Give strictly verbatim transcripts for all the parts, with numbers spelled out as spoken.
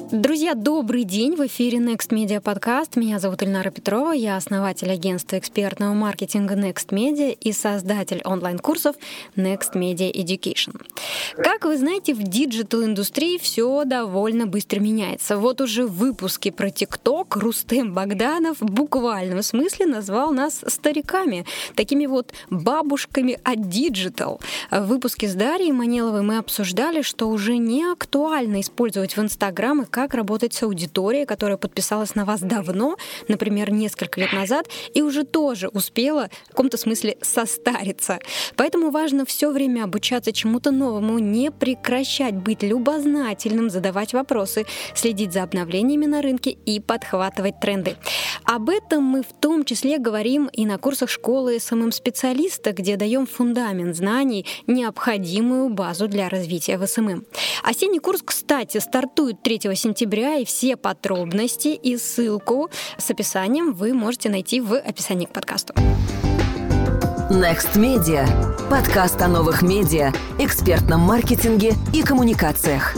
Друзья, добрый день! В эфире Next Media подкаст. Меня зовут Ильнара Петрова, я основатель агентства экспертного маркетинга Next Media и создатель онлайн-курсов Next Media Education. Как вы знаете, в диджитал-индустрии все довольно быстро меняется. Вот уже в выпуске про ТикТок Рустем Богданов в буквальном смысле назвал нас стариками, такими вот бабушками от диджитал. В выпуске с Дарьей Манеловой мы обсуждали, что уже не актуально использовать в Инстаграм и как работать с аудиторией, которая подписалась на вас давно, например, несколько лет назад, и уже тоже успела в каком-то смысле состариться. Поэтому важно все время обучаться чему-то новому, не прекращать быть любознательным, задавать вопросы, следить за обновлениями на рынке и подхватывать тренды. Об этом мы в том числе говорим и на курсах школы эс эм эм-специалиста, где даем фундамент знаний, необходимую базу для развития в эс эм эм. Осенний курс, кстати, стартует третьего сентября, и все подробности и ссылку с описанием вы можете найти в описании к подкасту. Next Media. Подкаст о новых медиа, экспертном маркетинге и коммуникациях.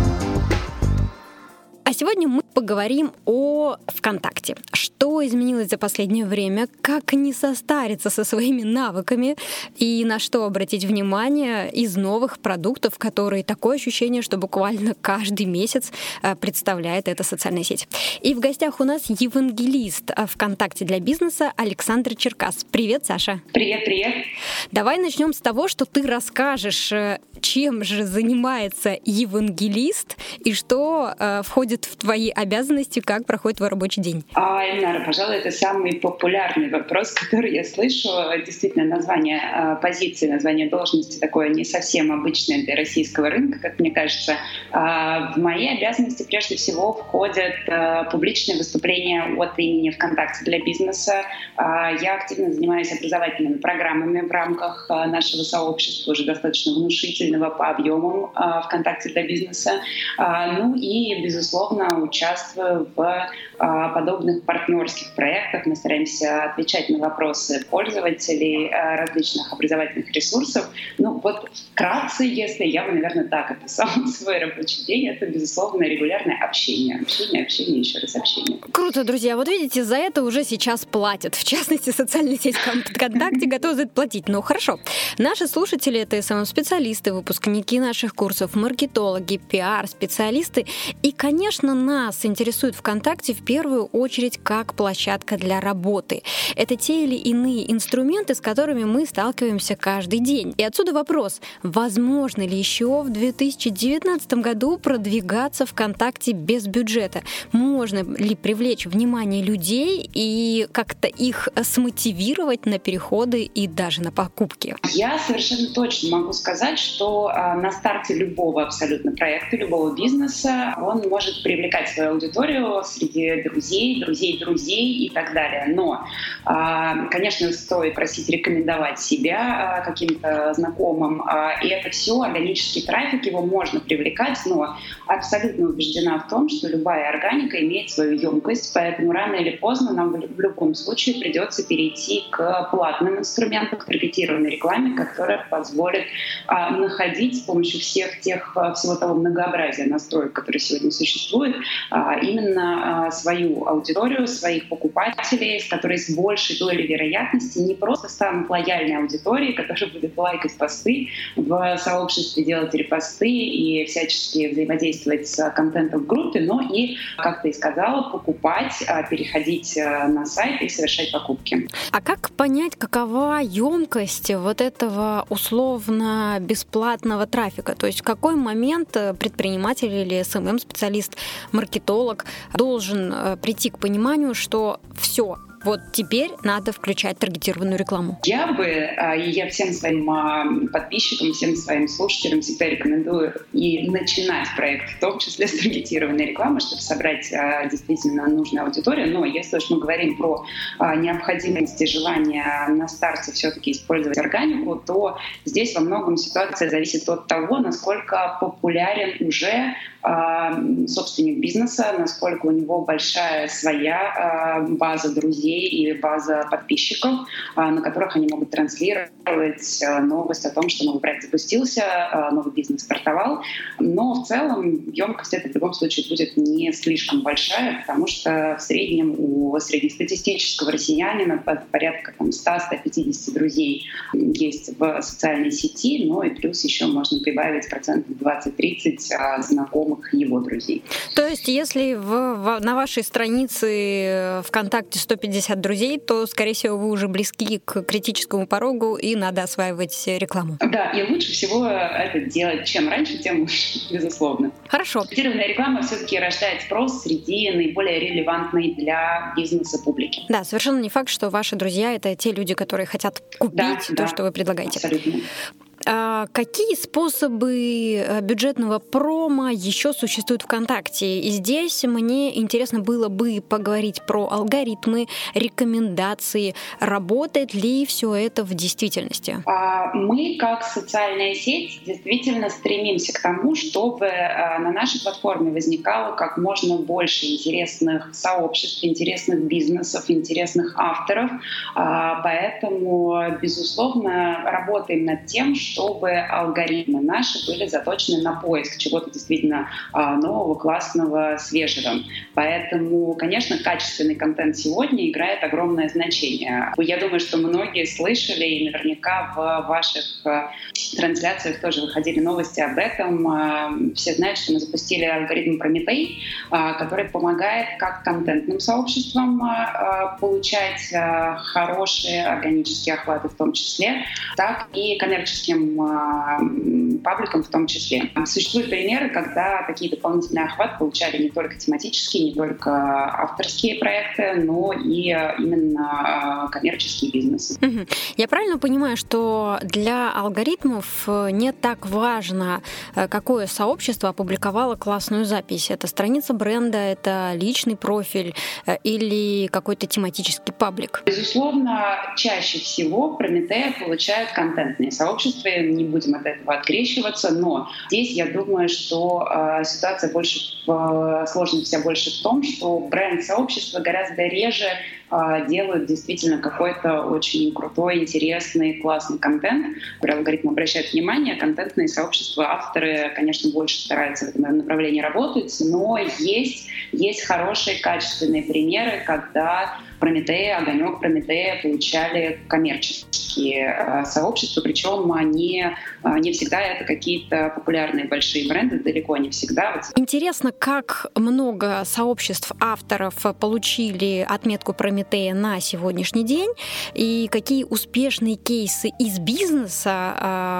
А сегодня мы поговорим о ВКонтакте. Что изменилось за последнее время, как не состариться со своими навыками и на что обратить внимание из новых продуктов, которые такое ощущение, что буквально каждый месяц представляет эта социальная сеть. И в гостях у нас евангелист ВКонтакте для бизнеса Александр Черкас. Привет, Саша. Привет, привет. Давай начнем с того, что ты расскажешь, чем же занимается евангелист и что э, входит в твои обязанности, как проходит твой рабочий день. А, Ильнара, пожалуй, это самый популярный вопрос, который я слышу. Действительно, название э, позиции, название должности такое не совсем обычное для российского рынка, как мне кажется. А в мои обязанности прежде всего входят э, публичные выступления от имени ВКонтакте для бизнеса. А я активно занимаюсь образовательными программами в рамках э, нашего сообщества, уже достаточно внушительного по объемам а, ВКонтакте для бизнеса. А, ну и, безусловно, участвую в а, подобных партнерских проектах. Мы стараемся отвечать на вопросы пользователей а, различных образовательных ресурсов. Ну вот вкратце, если я бы, наверное, так описала свой рабочий день, это, безусловно, регулярное общение. Общение, общение, еще раз общение. Круто, друзья. Вот видите, за это уже сейчас платят. В частности, социальная сеть ВКонтакте готова за это платить. Ну хорошо. Наши слушатели — это эс эм эм-специалисты, выпускники наших курсов, маркетологи, пиар-специалисты. И, конечно, нас интересует ВКонтакте в первую очередь как площадка для работы. Это те или иные инструменты, с которыми мы сталкиваемся каждый день. И отсюда вопрос, возможно ли еще в две тысячи девятнадцатом году продвигаться ВКонтакте без бюджета? Можно ли привлечь внимание людей и как-то их смотивировать на переходы и даже на покупки? Я совершенно точно могу сказать, что на старте любого абсолютно проекта, любого бизнеса он может привлекать свою аудиторию среди друзей, друзей друзей и так далее. Но, конечно, стоит просить рекомендовать себя каким-то знакомым. И это все органический трафик, его можно привлекать, но абсолютно убеждена в том, что любая органика имеет свою емкость, поэтому рано или поздно нам в любом случае придется перейти к платным инструментам, к таргетированной рекламе, которая позволит находить с помощью всех тех, всего того многообразия настроек, которые сегодня существуют, именно свою аудиторию, своих покупателей, с которой с большей долей вероятности не просто станут лояльной аудиторией, которая будет лайкать посты в сообществе, делать репосты и всячески взаимодействовать с контентом в группе, но и, как ты и сказала, покупать, переходить на сайт и совершать покупки. А как понять, какова емкость вот этого условно бесплатного трафика? То есть в какой момент предприниматель или эс эм эм-специалист, маркетолог должен прийти к пониманию, что все, вот теперь надо включать таргетированную рекламу? Я бы, и я всем своим подписчикам, всем своим слушателям всегда рекомендую и начинать проект, в том числе с таргетированной рекламы, чтобы собрать действительно нужную аудиторию. Но если уж мы говорим про необходимость и желание на старте все-таки использовать органику, то здесь во многом ситуация зависит от того, насколько популярен уже собственник бизнеса, насколько у него большая своя база друзей, людей или база подписчиков, на которых они могут транслировать новость о том, что новый проект запустился, новый бизнес стартовал. Но в целом емкость это в любом случае будет не слишком большая, потому что в среднем у среднестатистического россиянина порядка там, сто - сто пятьдесят друзей есть в социальной сети, ну и плюс еще можно прибавить процентов двадцать-тридцать знакомых его друзей. То есть если в, в, на вашей странице ВКонтакте сто пятьдесят друзей, то, скорее всего, вы уже близки к критическому порогу и надо осваивать рекламу. Да, и лучше всего это делать чем раньше, тем лучше, безусловно. Хорошо. Таргетированная реклама все-таки рождает спрос среди наиболее релевантной для бизнеса публики. Да, совершенно не факт, что ваши друзья — это те люди, которые хотят купить да, то, да, что вы предлагаете. Абсолютно. А какие способы бюджетного промо еще существуют ВКонтакте? И здесь мне интересно было бы поговорить про алгоритмы, рекомендации. Работает ли все это в действительности? Мы, как социальная сеть, действительно стремимся к тому, чтобы на нашей платформе возникало как можно больше интересных сообществ, интересных бизнесов, интересных авторов. Поэтому, безусловно, работаем над тем, чтобы алгоритмы наши были заточены на поиск чего-то действительно нового, классного, свежего. Поэтому, конечно, качественный контент сегодня играет огромное значение. Я думаю, что многие слышали, и наверняка в ваших трансляциях тоже выходили новости об этом. Все знают, что мы запустили алгоритм Прометей, который помогает как контентным сообществам получать хорошие органические охваты в том числе, так и коммерческим пабликам в том числе. Существуют примеры, когда такие дополнительные охваты получали не только тематические, не только авторские проекты, но и именно коммерческие бизнесы. Угу. Я правильно понимаю, что для алгоритмов не так важно, какое сообщество опубликовало классную запись? Это страница бренда, это личный профиль или какой-то тематический паблик? Безусловно, чаще всего Прометея получают контентные сообщества, не будем от этого открещиваться, но здесь я думаю, что э, ситуация больше э, сложность вся больше в том, что бренд-сообщества гораздо реже э, делают действительно какой-то очень крутой, интересный, классный контент. Алгоритм обращает внимание, контентные сообщества, авторы, конечно, больше стараются в этом направлении работать, но есть, есть хорошие, качественные примеры, когда Прометея, Огонек, Прометея получали коммерческие э, сообщества, причем они э, не всегда это какие-то популярные большие бренды, далеко не всегда. Интересно, как много сообществ авторов получили отметку Прометея на сегодняшний день и какие успешные кейсы из бизнеса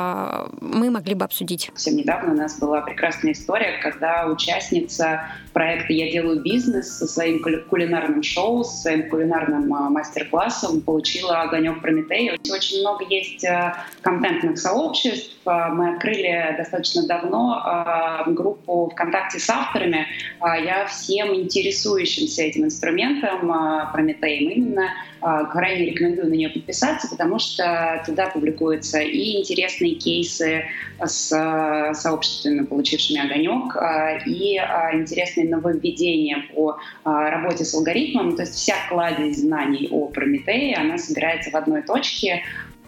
э, мы могли бы обсудить? Совсем недавно у нас была прекрасная история, когда участница проекта «Я делаю бизнес» со своим кулинарным шоу, со своим кулинарным мастер-классом получила огонек Прометея. Очень много есть контентных сообществ. Мы открыли достаточно давно группу ВКонтакте с авторами. Я всем интересующимся этим инструментом Прометеем именно крайне рекомендую на нее подписаться, потому что туда публикуются и интересные кейсы с сообществами, получившими огонек, и интересные нововведения по работе с алгоритмом. То есть вся кладезь знаний о Прометее, она собирается в одной точке.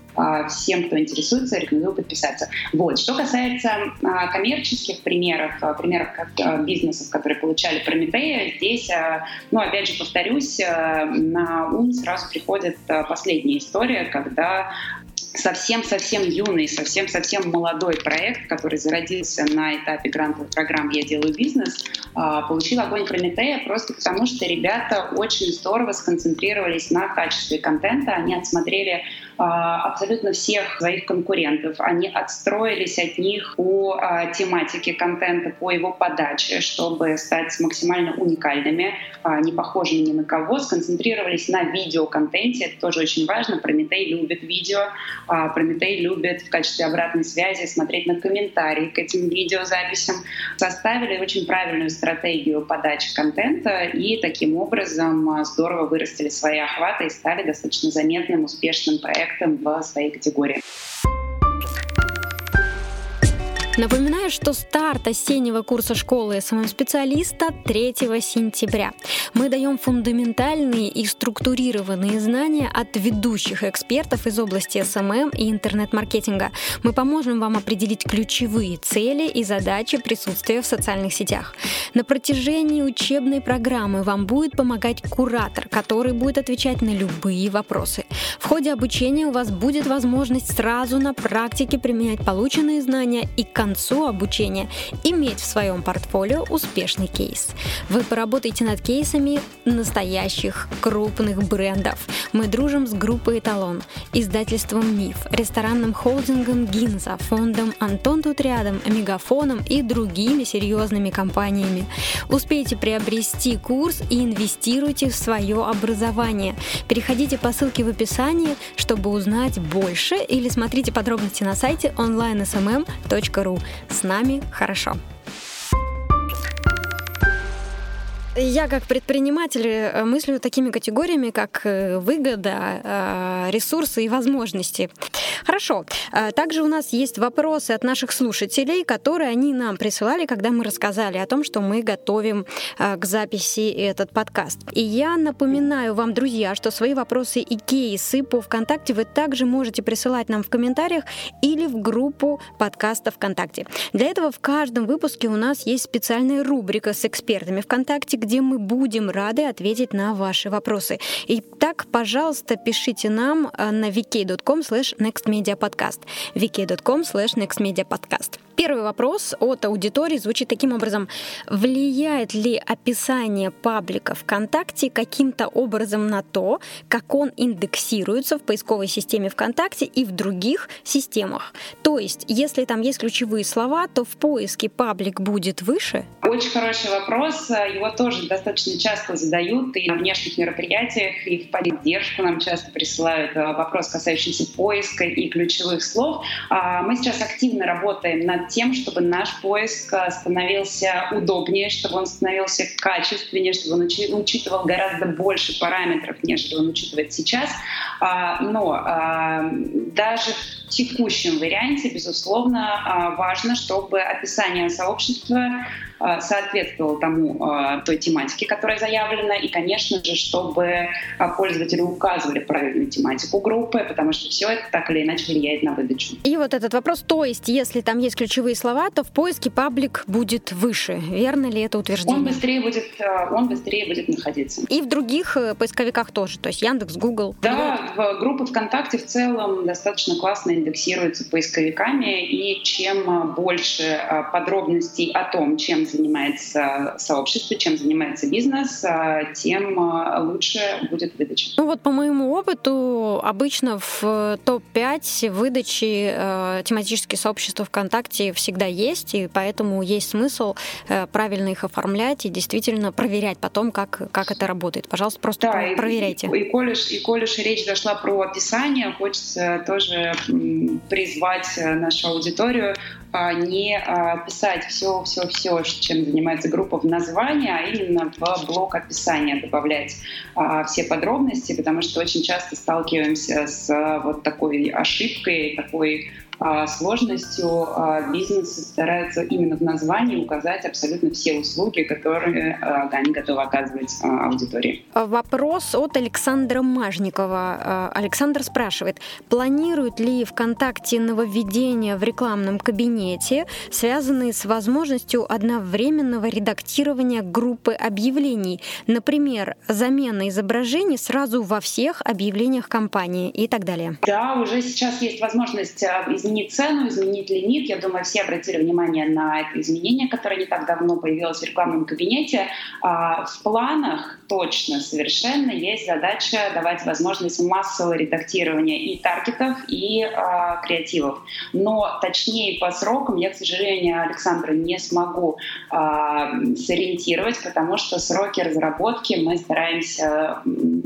Всем, кто интересуется, рекомендую подписаться. Вот. Что касается а, коммерческих примеров, а, примеров как, а, бизнесов, которые получали Прометея, здесь, а, ну, опять же, повторюсь, а, на ум сразу приходит а, последняя история, когда совсем-совсем юный, совсем-совсем молодой проект, который зародился на этапе грантовой программы «Я делаю бизнес», получил огонь Прометея просто потому, что ребята очень здорово сконцентрировались на качестве контента, они отсмотрели абсолютно всех своих конкурентов, они отстроились от них по тематике контента, по его подаче, чтобы стать максимально уникальными, не похожими ни на кого, сконцентрировались на видеоконтенте, это тоже очень важно, Прометей любит видео, Прометей любит в качестве обратной связи смотреть на комментарии к этим видеозаписям. Составили очень правильную стратегию подачи контента и таким образом здорово вырастили свои охваты и стали достаточно заметным, успешным проектом в своей категории. Напоминаю, что старт осеннего курса школы эс эм эм-специалиста третьего сентября. Мы даем фундаментальные и структурированные знания от ведущих экспертов из области эс эм эм и интернет-маркетинга. Мы поможем вам определить ключевые цели и задачи присутствия в социальных сетях. На протяжении учебной программы вам будет помогать куратор, который будет отвечать на любые вопросы. В ходе обучения у вас будет возможность сразу на практике применять полученные знания и к концу обучения иметь в своем портфолио успешный кейс. Вы поработаете над кейсами настоящих крупных брендов. Мы дружим с группой «Эталон», издательством «Миф», ресторанным холдингом «Гинза», фондом «Антон тут рядом», «Мегафоном» и другими серьезными компаниями. Успейте приобрести курс и инвестируйте в свое образование. Переходите по ссылке в описании, чтобы узнать больше, или смотрите подробности на сайте онлайн эс эм эм точка ру. С нами хорошо. Я как предприниматель мыслю такими категориями, как выгода, ресурсы и возможности. Хорошо. Также у нас есть вопросы от наших слушателей, которые они нам присылали, когда мы рассказали о том, что мы готовим к записи этот подкаст. И я напоминаю вам, друзья, что свои вопросы и кейсы по ВКонтакте вы также можете присылать нам в комментариях или в группу подкаста ВКонтакте. Для этого в каждом выпуске у нас есть специальная рубрика с экспертами ВКонтакте, где мы будем рады ответить на ваши вопросы. Итак, пожалуйста, пишите нам на ви кей точка ком слэш некст медиа подкаст. ви кей точка ком слэш некст медиа подкаст. Первый вопрос от аудитории звучит таким образом. Влияет ли описание паблика ВКонтакте каким-то образом на то, как он индексируется в поисковой системе ВКонтакте и в других системах? То есть, если там есть ключевые слова, то в поиске паблик будет выше? Очень хороший вопрос. Его тоже достаточно часто задают и на внешних мероприятиях, и в поддержку нам часто присылают вопрос, касающийся поиска и ключевых слов. Мы сейчас активно работаем над тем, чтобы наш поиск становился удобнее, чтобы он становился качественнее, чтобы он учитывал гораздо больше параметров, нежели он учитывает сейчас. Но даже в текущем варианте, безусловно, важно, чтобы описание сообщества соответствовал тому, той тематике, которая заявлена, и, конечно же, чтобы пользователи указывали правильную тематику группы, потому что все это так или иначе влияет на выдачу. И вот этот вопрос, то есть, если там есть ключевые слова, то в поиске паблик будет выше. Верно ли это утверждение? Он быстрее будет, он быстрее будет находиться. И в других поисковиках тоже, то есть Яндекс, Google. Да, в группы ВКонтакте в целом достаточно классно индексируются поисковиками, и чем больше подробностей о том, чем занимается сообщество, чем занимается бизнес, тем лучше будет выдача. Ну вот по моему опыту обычно в топ пять выдачи э, тематические сообщества ВКонтакте всегда есть, и поэтому есть смысл э, правильно их оформлять и действительно проверять потом, как, как это работает. Пожалуйста, просто да, проверяйте. И, и, коль уж, и коль уж речь зашла про описание, хочется тоже призвать нашу аудиторию не писать все-все-все, чем занимается группа в названии, а именно в блок описания добавлять все подробности, потому что очень часто сталкиваемся с вот такой ошибкой, такой сложностью. Бизнес старается именно в названии указать абсолютно все услуги, которые они готовы оказывать аудитории. Вопрос от Александра Мажникова. Александр спрашивает, планирует ли ВКонтакте нововведения в рекламном кабинете, связанные с возможностью одновременного редактирования группы объявлений, например, замена изображений сразу во всех объявлениях компании и так далее? Да, уже сейчас есть возможность изменить цену, изменить лимит. Я думаю, все обратили внимание на это изменение, которое не так давно появилось в рекламном кабинете. В планах точно совершенно есть задача давать возможность массового редактирования и таргетов, и креативов. Но точнее по срокам я, к сожалению, Александра, не смогу сориентировать, потому что сроки разработки мы стараемся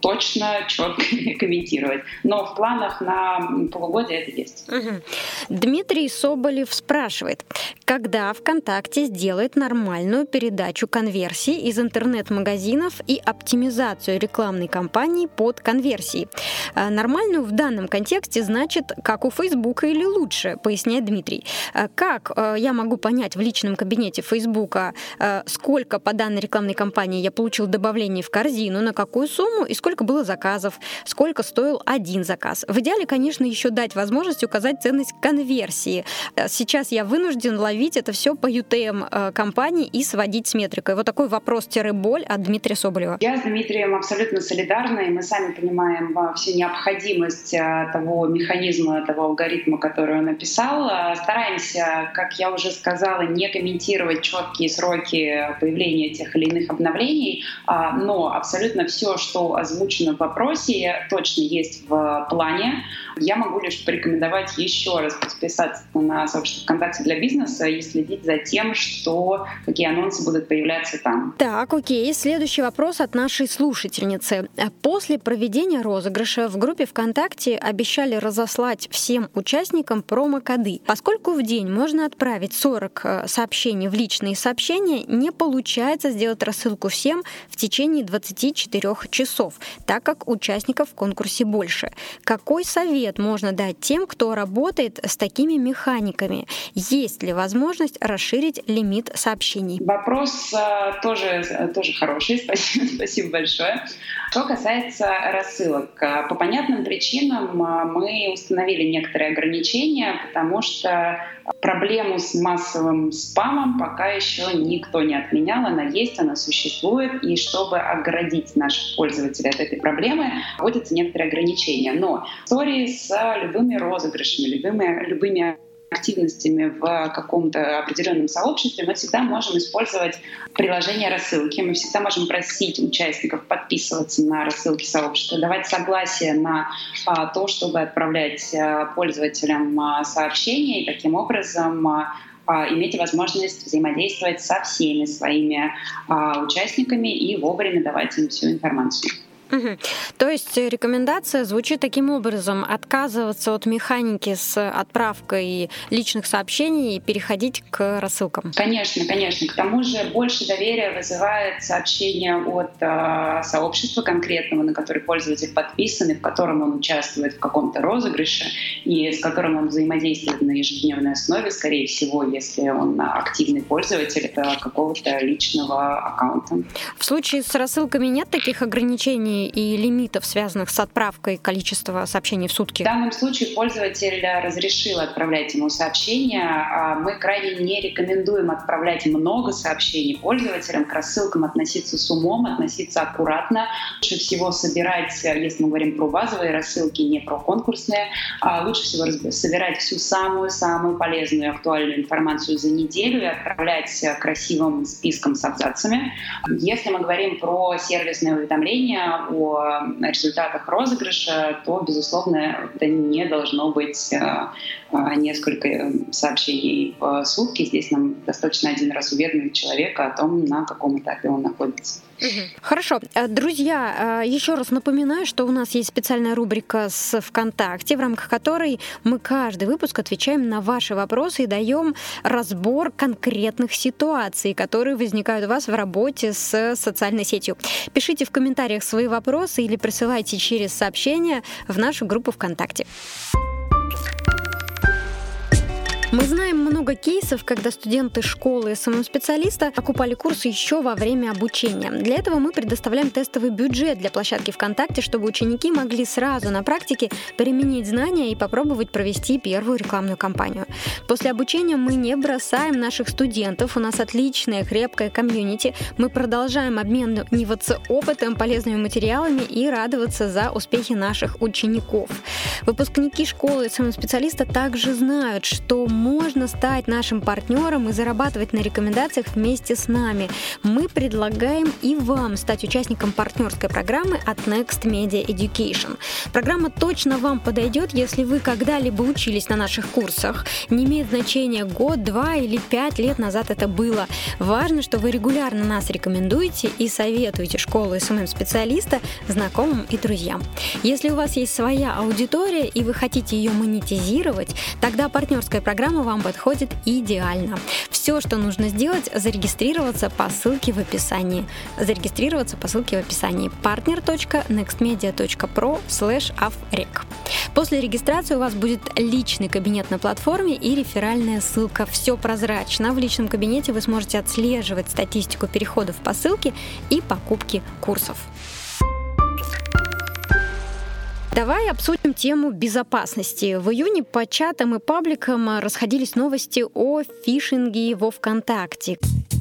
точно, четко комментировать. Но в планах на полугодие это есть. Угу. Дмитрий Соболев спрашивает, когда ВКонтакте сделает нормальную передачу конверсий из интернет-магазинов и оптимизацию рекламной кампании под конверсии? Нормальную в данном контексте значит, как у Фейсбука или лучше, поясняет Дмитрий. Как я могу понять в личном кабинете Фейсбука, сколько по данной рекламной кампании я получил добавлений в корзину, на какую сумму и сколько было заказов, сколько стоил один заказ? В идеале, конечно, еще дать возможность указать ценность конверсии. Сейчас я вынужден ловить это все по ю ти эм компании и сводить с метрикой. Вот такой вопрос-боль от Дмитрия Соболева. Я с Дмитрием абсолютно солидарна, и мы сами понимаем всю необходимость того механизма, того алгоритма, который он описал. Стараемся, как я уже сказала, не комментировать четкие сроки появления тех или иных обновлений, но абсолютно все, что озвучено в вопросе, точно есть в плане. Я могу лишь порекомендовать еще раз подписаться на сообщество ВКонтакте для бизнеса и следить за тем, что какие анонсы будут появляться там. Так, окей. Следующий вопрос от нашей слушательницы. После проведения розыгрыша в группе ВКонтакте обещали разослать всем участникам промокоды. Поскольку в день можно отправить сорок сообщений в личные сообщения, не получается сделать рассылку всем в течение двадцати четырёх часов, так как участников в конкурсе больше. Какой совет можно дать тем, кто работает с такими механиками? Есть ли возможность расширить лимит сообщений? Вопрос э, тоже, тоже хороший, спасибо, спасибо большое. Что касается рассылок, по понятным причинам мы установили некоторые ограничения, потому что проблему с массовым спамом пока еще никто не отменял, она есть, она существует, и чтобы оградить наших пользователей от этой проблемы, вводятся некоторые ограничения. Но истории с любыми розыгрышами, любыми, любыми активностями в каком-то определенном сообществе, мы всегда можем использовать приложение рассылки. Мы всегда можем просить участников подписываться на рассылки сообщества, давать согласие на а, то, чтобы отправлять а, пользователям а, сообщения, и таким образом а, иметь возможность взаимодействовать со всеми своими а, участниками и вовремя давать им всю информацию. Угу. То есть рекомендация звучит таким образом: отказываться от механики с отправкой личных сообщений и переходить к рассылкам. Конечно, конечно. К тому же больше доверия вызывает сообщение от э, сообщества конкретного, на который пользователь подписан, в котором он участвует в каком-то розыгрыше и с которым он взаимодействует на ежедневной основе, скорее всего, если он активный пользователь какого-то личного аккаунта. В случае с рассылками нет таких ограничений и лимитов, связанных с отправкой количества сообщений в сутки? В данном случае пользователь разрешил отправлять ему сообщения. Мы крайне не рекомендуем отправлять много сообщений пользователям, к рассылкам относиться с умом, относиться аккуратно. Лучше всего собирать, если мы говорим про базовые рассылки, не про конкурсные, лучше всего собирать всю самую-самую полезную и актуальную информацию за неделю и отправлять красивым списком с абзацами. Если мы говорим про сервисные уведомления о результатах розыгрыша, то, безусловно, это не должно быть несколько сообщений в сутки. Здесь нам достаточно один раз уведомить человека о том, на каком этапе он находится. Хорошо. Друзья, еще раз напоминаю, что у нас есть специальная рубрика с ВКонтакте, в рамках которой мы каждый выпуск отвечаем на ваши вопросы и даем разбор конкретных ситуаций, которые возникают у вас в работе с социальной сетью. Пишите в комментариях свои вопросы или присылайте через сообщение в нашу группу ВКонтакте. Мы знаем много кейсов, когда студенты школы эс эм эм-специалиста окупали курсы еще во время обучения. Для этого мы предоставляем тестовый бюджет для площадки ВКонтакте, чтобы ученики могли сразу на практике применить знания и попробовать провести первую рекламную кампанию. После обучения мы не бросаем наших студентов, у нас отличная, крепкая комьюнити. Мы продолжаем обмениваться опытом, полезными материалами и радоваться за успехи наших учеников. Выпускники школы эс эм эм-специалиста также знают, что можно стать стать нашим партнером и зарабатывать на рекомендациях вместе с нами. Мы предлагаем и вам стать участником партнерской программы от Next Media Education. Программа точно вам подойдет, если вы когда-либо учились на наших курсах. Не имеет значения год, два или пять лет назад это было. Важно, что вы регулярно нас рекомендуете и советуете школу эс эм эм-специалиста знакомым и друзьям. Если у вас есть своя аудитория и вы хотите ее монетизировать, тогда партнерская программа вам подходит идеально. Все, что нужно сделать, зарегистрироваться по ссылке в описании. Зарегистрироваться по ссылке в описании partner точка nextmedia точка pro слэш аврек. После регистрации у вас будет личный кабинет на платформе и реферальная ссылка. Все прозрачно. В личном кабинете вы сможете отслеживать статистику переходов по ссылке и покупки курсов. Давай обсудим тему безопасности. В июне по чатам и пабликам расходились новости о фишинге во ВКонтакте.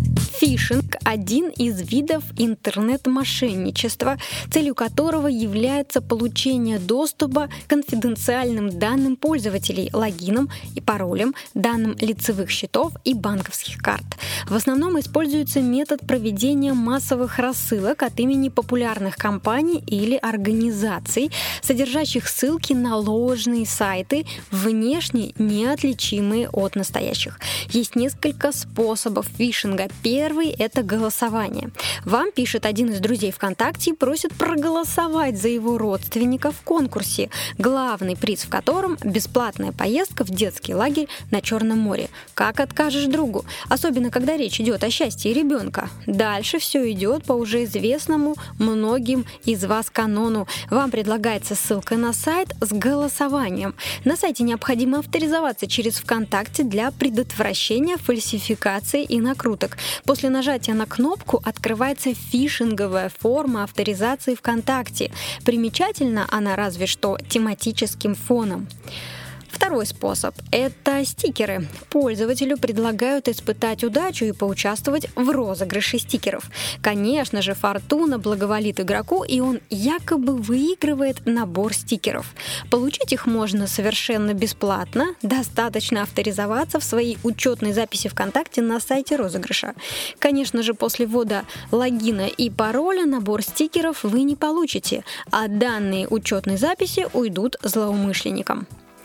Фишинг – один из видов интернет-мошенничества, целью которого является получение доступа к конфиденциальным данным пользователей, логинам и паролям, данным лицевых счетов и банковских карт. В основном используется метод проведения массовых рассылок от имени популярных компаний или организаций, содержащих ссылки на ложные сайты, внешне неотличимые от настоящих. Есть несколько способов фишинга. Первый – это голосование. Вам пишет один из друзей ВКонтакте и просит проголосовать за его родственника в конкурсе, главный приз в котором – бесплатная поездка в детский лагерь на Черном море. Как откажешь другу? Особенно, когда речь идет о счастье ребенка. Дальше все идет по уже известному многим из вас канону. Вам предлагается ссылка на сайт с голосованием. На сайте необходимо авторизоваться через ВКонтакте для предотвращения фальсификации и накруток. После нажатия на кнопку открывается фишинговая форма авторизации ВКонтакте. Примечательна она разве что тематическим фоном. Второй способ – это стикеры. Пользователю предлагают испытать удачу и поучаствовать в розыгрыше стикеров. Конечно же, фортуна благоволит игроку, и он якобы выигрывает набор стикеров. Получить их можно совершенно бесплатно, достаточно авторизоваться в своей учетной записи ВКонтакте на сайте розыгрыша. Конечно же, после ввода логина и пароля набор стикеров вы не получите, а данные учетной записи уйдут злоумышленникам.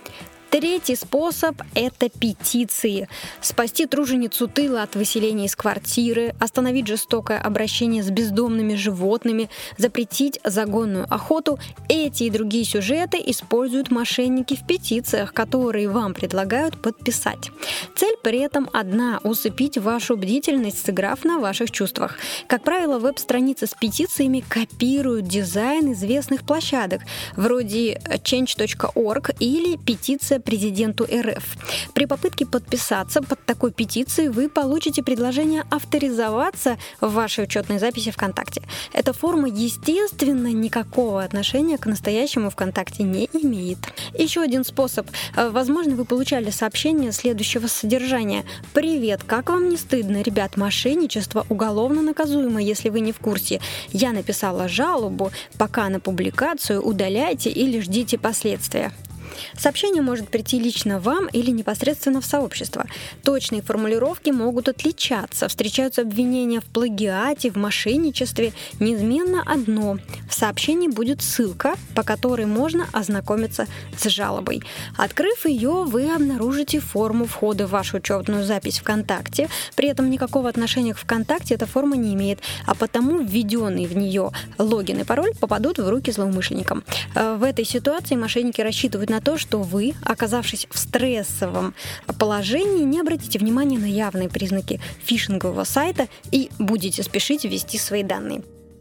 Третий способ – это петиции. Спасти труженицу тыла от выселения из квартиры, остановить жестокое обращение с бездомными животными, запретить загонную охоту – эти и другие сюжеты используют мошенники в петициях, которые вам предлагают подписать. Цель при этом одна – усыпить вашу бдительность, сыграв на ваших чувствах. Как правило, веб-страницы с петициями копируют дизайн известных площадок, вроде ченч точка орг или петиция президенту эр эф. При попытке подписаться под такой петицией вы получите предложение авторизоваться в вашей учетной записи ВКонтакте. Эта форма, естественно, никакого отношения к настоящему ВКонтакте не имеет. Еще один способ. Возможно, вы получали сообщение следующего содержания. «Привет, как вам не стыдно, ребят? Мошенничество уголовно наказуемо, если вы не в курсе. Я написала жалобу. Пока на публикацию удаляйте или ждите последствия». Сообщение может прийти лично вам или непосредственно в сообщество. Точные формулировки могут отличаться. Встречаются обвинения в плагиате, в мошенничестве. Неизменно одно. В сообщении будет ссылка, по которой можно ознакомиться с жалобой. Открыв ее, вы обнаружите форму входа в вашу учетную запись ВКонтакте. При этом никакого отношения к ВКонтакте эта форма не имеет, а потому введенные в нее логин и пароль попадут в руки злоумышленникам. В этой ситуации мошенники рассчитывают на то, что вы, оказавшись в стрессовом положении, не обратите внимания на явные признаки фишингового сайта и будете спешить ввести свои данные.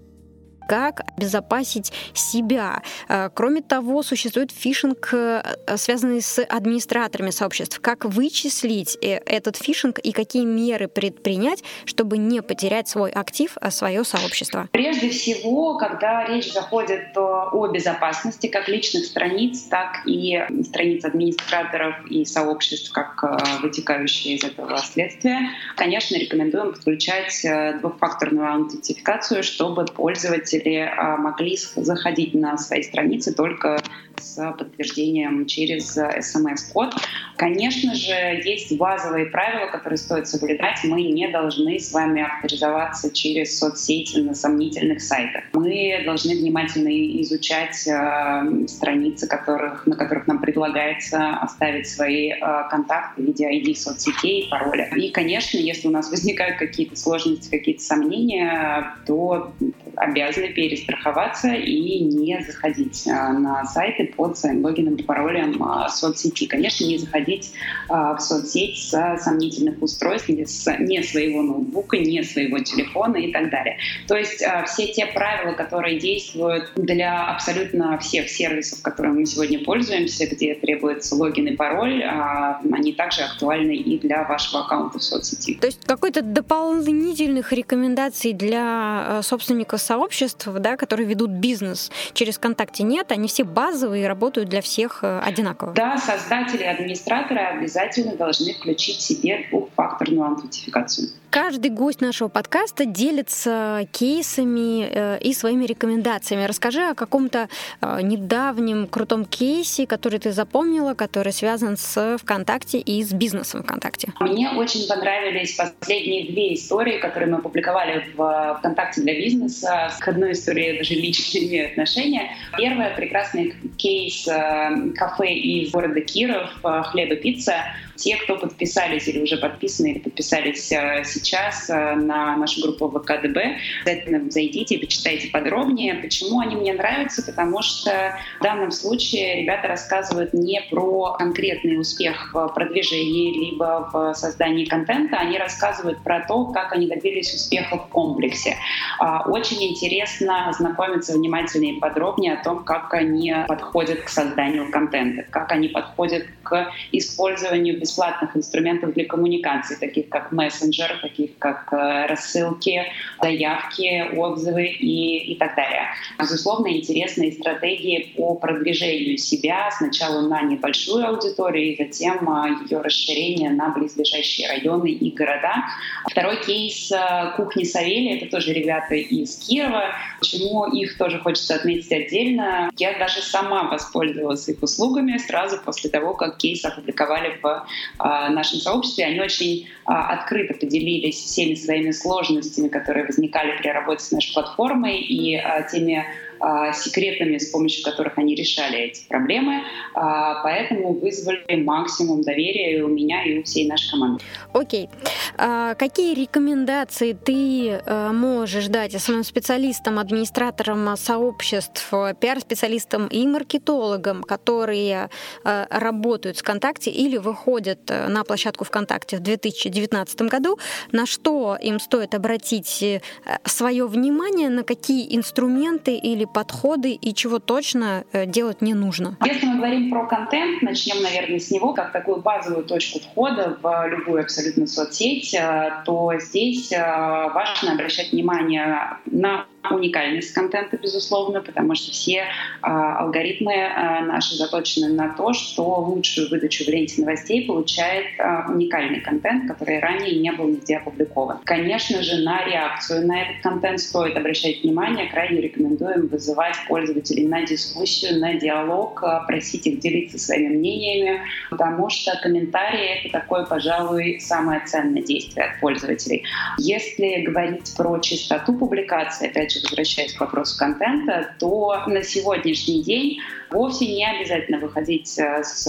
Как обезопасить себя? Кроме того, существует фишинг, связанный с администраторами сообществ. Как вычислить этот фишинг и какие меры предпринять, чтобы не потерять свой актив, свое сообщество? Прежде всего, когда речь заходит о безопасности как личных страниц, так и страниц администраторов и сообществ, как вытекающие из этого следствия, конечно, рекомендуем подключать двухфакторную аутентификацию, чтобы пользователь пользователи могли заходить на свои страницы только с подтверждением через эс эм эс-код. Конечно же, есть базовые правила, которые стоит соблюдать. Мы не должны с вами авторизоваться через соцсети на сомнительных сайтах. Мы должны внимательно изучать э, страницы, которых, на которых нам предлагается оставить свои э, контакты в виде ай ди соцсетей, пароля. И, конечно, если у нас возникают какие-то сложности, какие-то сомнения, то обязаны перестраховаться и не заходить э, на сайты под своим логином и паролем э, соцсети. Конечно, не заходить в соцсеть с сомнительных устройств, с не своего ноутбука, не своего телефона и так далее. То есть все те правила, которые действуют для абсолютно всех сервисов, которыми мы сегодня пользуемся, где требуется логин и пароль, они также актуальны и для вашего аккаунта в соцсети. То есть какой-то дополнительных рекомендаций для собственников сообществ, да, которые ведут бизнес через ВКонтакте, нет? Они все базовые и работают для всех одинаково? Да, создатели и администраторы обязательно должны включить себе двухфакторную аутентификацию. Каждый гость нашего подкаста делится кейсами э, и своими рекомендациями. Расскажи о каком-то э, недавнем крутом кейсе, который ты запомнила, который связан с ВКонтакте и с бизнесом ВКонтакте. Мне очень понравились последние две истории, которые мы опубликовали в ВКонтакте для бизнеса. К одной истории я даже лично имею отношение. Первый прекрасный кейс э, кафе из города Киров «Хлеб и пицца». Те, кто подписались или уже подписаны, или подписались сейчас на нашу группу ВК-ДБ, обязательно зайдите и почитайте подробнее. Почему они мне нравятся? Потому что в данном случае ребята рассказывают не про конкретный успех в продвижении либо в создании контента, они рассказывают про то, как они добились успеха в комплексе. Очень интересно ознакомиться внимательнее и подробнее о том, как они подходят к созданию контента, как они подходят к использованию бесплатных инструментов для коммуникации, таких как мессенджер, таких как рассылки, заявки, отзывы и, и так далее. Безусловно, интересные стратегии по продвижению себя сначала на небольшую аудиторию, и затем ее расширение на близлежащие районы и города. Второй кейс — кухни Савелия. Это тоже ребята из Кирова. Почему их тоже хочется отметить отдельно? Я даже сама воспользовалась их услугами сразу после того, как кейс опубликовали в нашем сообществе. Они очень открыто поделились всеми своими сложностями, которые возникали при работе с нашей платформой, и теми секретами, с помощью которых они решали эти проблемы. Поэтому вызвали максимум доверия и у меня, и у всей нашей команды. Окей. А какие рекомендации ты можешь дать основным специалистам, администраторам сообществ, пиар-специалистам и маркетологам, которые работают в ВКонтакте или выходят на площадку ВКонтакте в две тысячи девятнадцатом году, на что им стоит обратить свое внимание, на какие инструменты или подходы и чего точно делать не нужно? Если мы говорим про контент, начнем, наверное, с него, как такую базовую точку входа в любую абсолютно соцсеть, то здесь важно обращать внимание на уникальность контента, безусловно, потому что все э, алгоритмы э, наши заточены на то, что лучшую выдачу в ленте новостей получает э, уникальный контент, который ранее не был нигде опубликован. Конечно же, на реакцию на этот контент стоит обращать внимание. Крайне рекомендуем вызывать пользователей на дискуссию, на диалог, э, просить их делиться своими мнениями, потому что комментарии — это такое, пожалуй, самое ценное действие от пользователей. Если говорить про частоту публикации, опять же, возвращаясь к вопросу контента, то на сегодняшний день вовсе не обязательно выходить с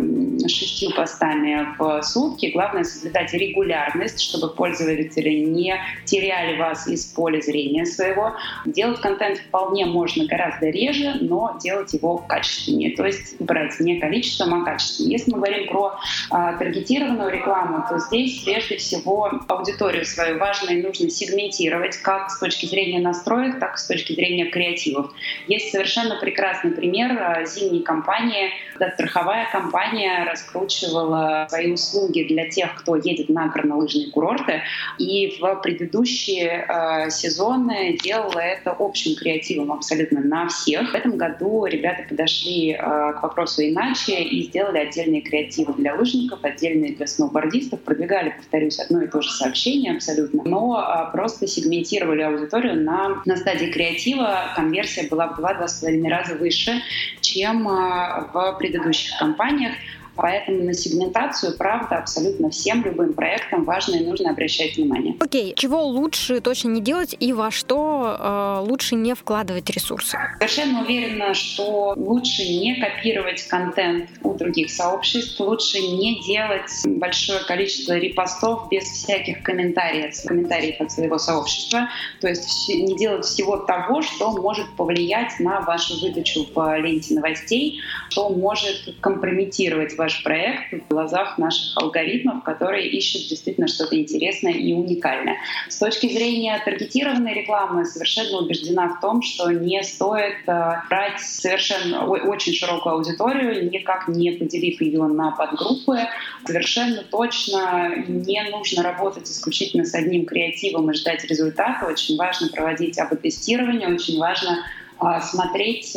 шестью постами в сутки. Главное — соблюдать регулярность, чтобы пользователи не теряли вас из поля зрения своего. Делать контент вполне можно гораздо реже, но делать его качественнее. То есть брать не количеством, а качеством. Если мы говорим про а, таргетированную рекламу, то здесь прежде всего аудиторию свою важно и нужно сегментировать как с точки зрения настроек, так и с точки зрения креативов. Есть совершенно прекрасный пример зимней кампании, когда страховая компания раскручивала свои услуги для тех, кто едет на горнолыжные курорты, и в предыдущие э, сезоны делала это общим креативом абсолютно на всех. В этом году ребята подошли к вопросу иначе и сделали отдельные креативы для лыжников, отдельные для сноубордистов, продвигали, повторюсь, одно и то же сообщение абсолютно, но просто сегментировали аудиторию на, на стадии креатива. Конверсия была в два-два с половиной раза выше, чем в предыдущих кампаниях. Поэтому на сегментацию, правда, абсолютно всем любым проектам важно и нужно обращать внимание. Окей, чего лучше точно не делать и во что э, лучше не вкладывать ресурсы? Совершенно уверена, что лучше не копировать контент у других сообществ, лучше не делать большое количество репостов без всяких комментариев, комментариев от своего сообщества, то есть не делать всего того, что может повлиять на вашу выдачу в ленте новостей, что может компрометировать ваш проект в глазах наших алгоритмов, которые ищут действительно что-то интересное и уникальное. С точки зрения таргетированной рекламы совершенно убеждена в том, что не стоит э, брать совершенно очень широкую аудиторию, никак не поделив ее на подгруппы. Совершенно точно не нужно работать исключительно с одним креативом и ждать результата. Очень важно проводить АБ-тестирование, очень важно смотреть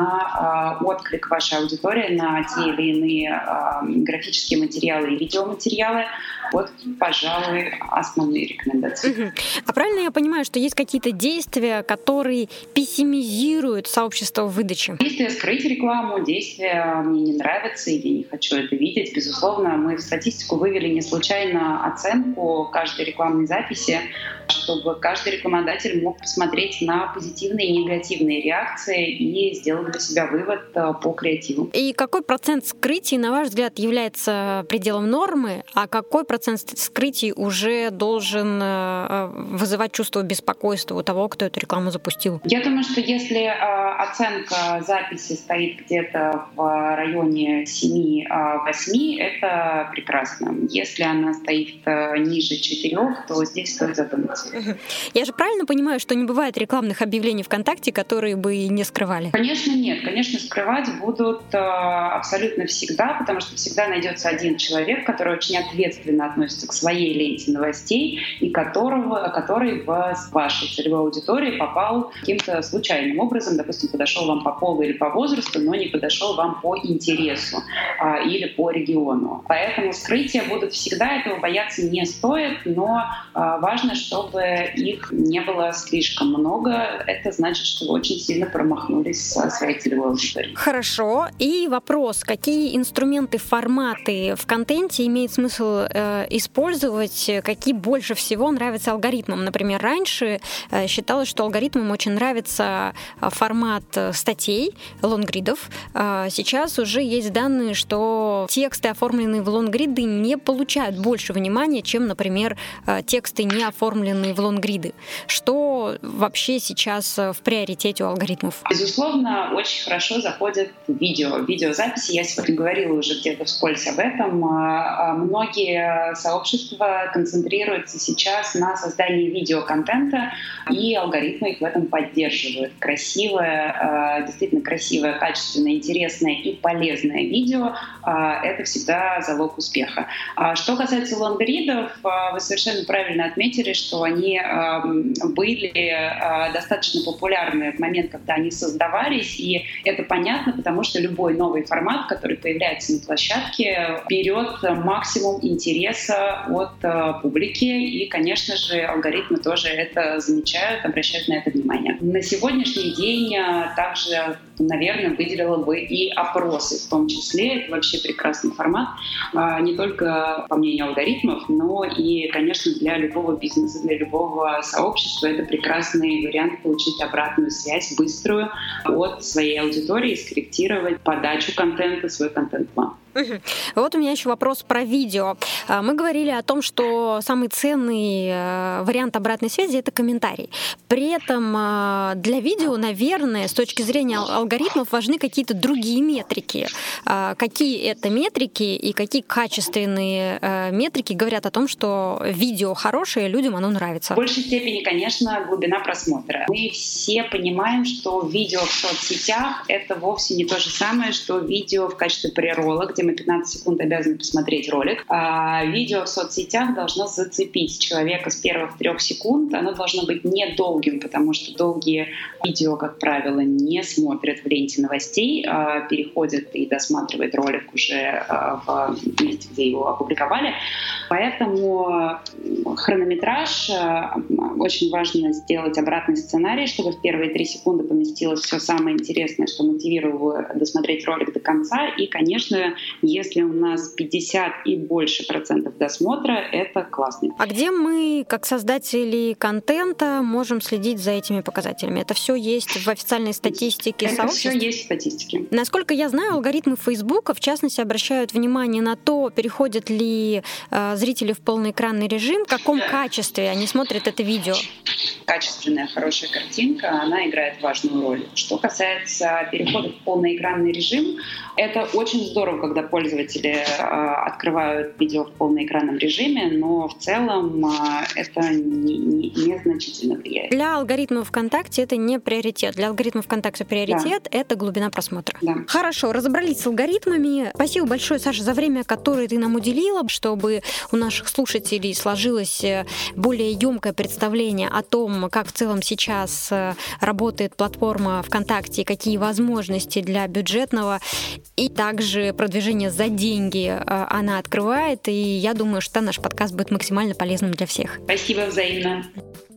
на отклик вашей аудитории на те или иные графические материалы и видеоматериалы. Вот, пожалуй, основные рекомендации. Угу. А правильно я понимаю, что есть какие-то действия, которые пессимизируют сообщество выдачи? Действия скрыть рекламу, действия мне не нравятся, и я не хочу это видеть. Безусловно, мы в статистику вывели не случайно оценку каждой рекламной записи, чтобы каждый рекламодатель мог посмотреть на позитивные и негативные реакции и сделать для себя вывод по креативу. И какой процент скрытий, на ваш взгляд, является пределом нормы, а какой процент скрытий уже должен вызывать чувство беспокойства у того, кто эту рекламу запустил? Я думаю, что если оценка записи стоит где-то в районе семь-восемь, это прекрасно. Если она стоит ниже четырех, то здесь стоит задуматься. Я же правильно понимаю, что не бывает рекламных объявлений ВКонтакте, которые бы не скрывали? Конечно, нет. Конечно, скрывать будут э, абсолютно всегда, потому что всегда найдется один человек, который очень ответственно относится к своей ленте новостей и которого, который в вашей целевой аудитории попал каким-то случайным образом, допустим, подошел вам по полу или по возрасту, но не подошел вам по интересу э, или по региону. Поэтому скрытия будут всегда, этого бояться не стоит, но э, важно, чтобы их не было слишком много. Это значит, что вы очень сильно промахнулись со своей целевой аудиторией. Хорошо. И вопрос, какие инструменты, форматы в контенте имеет смысл э, использовать, какие больше всего нравятся алгоритмам? Например, раньше э, считалось, что алгоритмам очень нравится формат статей, лонгридов. Э, сейчас уже есть данные, что тексты, оформленные в лонгриды, не получают больше внимания, чем, например, э, тексты, не оформленные в лонгриды. Что вообще сейчас в приоритете у алгоритмов? Безусловно, очень хорошо заходят видео, видеозаписи. Я сегодня говорила уже где-то вскользь об этом. Многие сообщества концентрируются сейчас на создании видеоконтента, и алгоритмы их в этом поддерживают. Красивое, действительно красивое, качественное, интересное и полезное видео — это всегда залог успеха. Что касается лонгридов, вы совершенно правильно отметили, что они э, были э, достаточно популярны в момент, когда они создавались, и это понятно, потому что любой новый формат, который появляется на площадке, берет максимум интереса от э, публики, и, конечно же, алгоритмы тоже это замечают, обращают на это внимание. На сегодняшний день э, также, наверное, выделила бы и опросы в том числе. Это вообще прекрасный формат, э, не только по мнению алгоритмов, но и, конечно, для любого бизнеса, для любого сообщества это прекрасный вариант получить обратную связь, быструю, от своей аудитории и скорректировать подачу контента, свой контент-план. Угу. Вот у меня еще вопрос про видео. Мы говорили о том, что самый ценный вариант обратной связи — это комментарий. При этом для видео, наверное, с точки зрения алгоритмов важны какие-то другие метрики. Какие это метрики и какие качественные метрики говорят о том, что видео хорошее, людям оно нравится? В большей степени, конечно, глубина просмотра. Мы все понимаем, тем, что видео в соцсетях — это вовсе не то же самое, что видео в качестве преролла, где мы пятнадцать секунд обязаны посмотреть ролик. А видео в соцсетях должно зацепить человека с первых трех секунд. Оно должно быть недолгим, потому что долгие видео, как правило, не смотрят в ленте новостей, а переходят и досматривают ролик уже в месте, где его опубликовали. Поэтому хронометраж очень важно сделать обратный сценарий, чтобы в первые три секунды поместилось все самое интересное, что мотивировало досмотреть ролик до конца. И, конечно, если у нас пятьдесят и больше процентов досмотра, это классно. А где мы, как создатели контента, можем следить за этими показателями? Это все есть в официальной статистике это сообществ? Это все есть в статистике. Насколько я знаю, алгоритмы Фейсбука, в частности, обращают внимание на то, переходят ли э, зрители в полноэкранный режим, в каком качестве они смотрят это видео. Качественная, хорошая картинка, она играет важную роль. Что касается перехода в полноэкранный режим, это очень здорово, когда пользователи э, открывают видео в полноэкранном режиме, но в целом э, это не, не, незначительно влияет. Для алгоритмов ВКонтакте это не приоритет. Для алгоритмов ВКонтакте приоритет да. — это глубина просмотра. Да. Хорошо, разобрались с алгоритмами. Спасибо большое, Саша, за время, которое ты нам уделила, чтобы у наших слушателей сложилось более емкое представление о том, как в целом сейчас работает платформа ВКонтакте, какие возможности для бюджетного и также продвижения за деньги она открывает. И я думаю, что наш подкаст будет максимально полезным для всех. Спасибо, взаимно.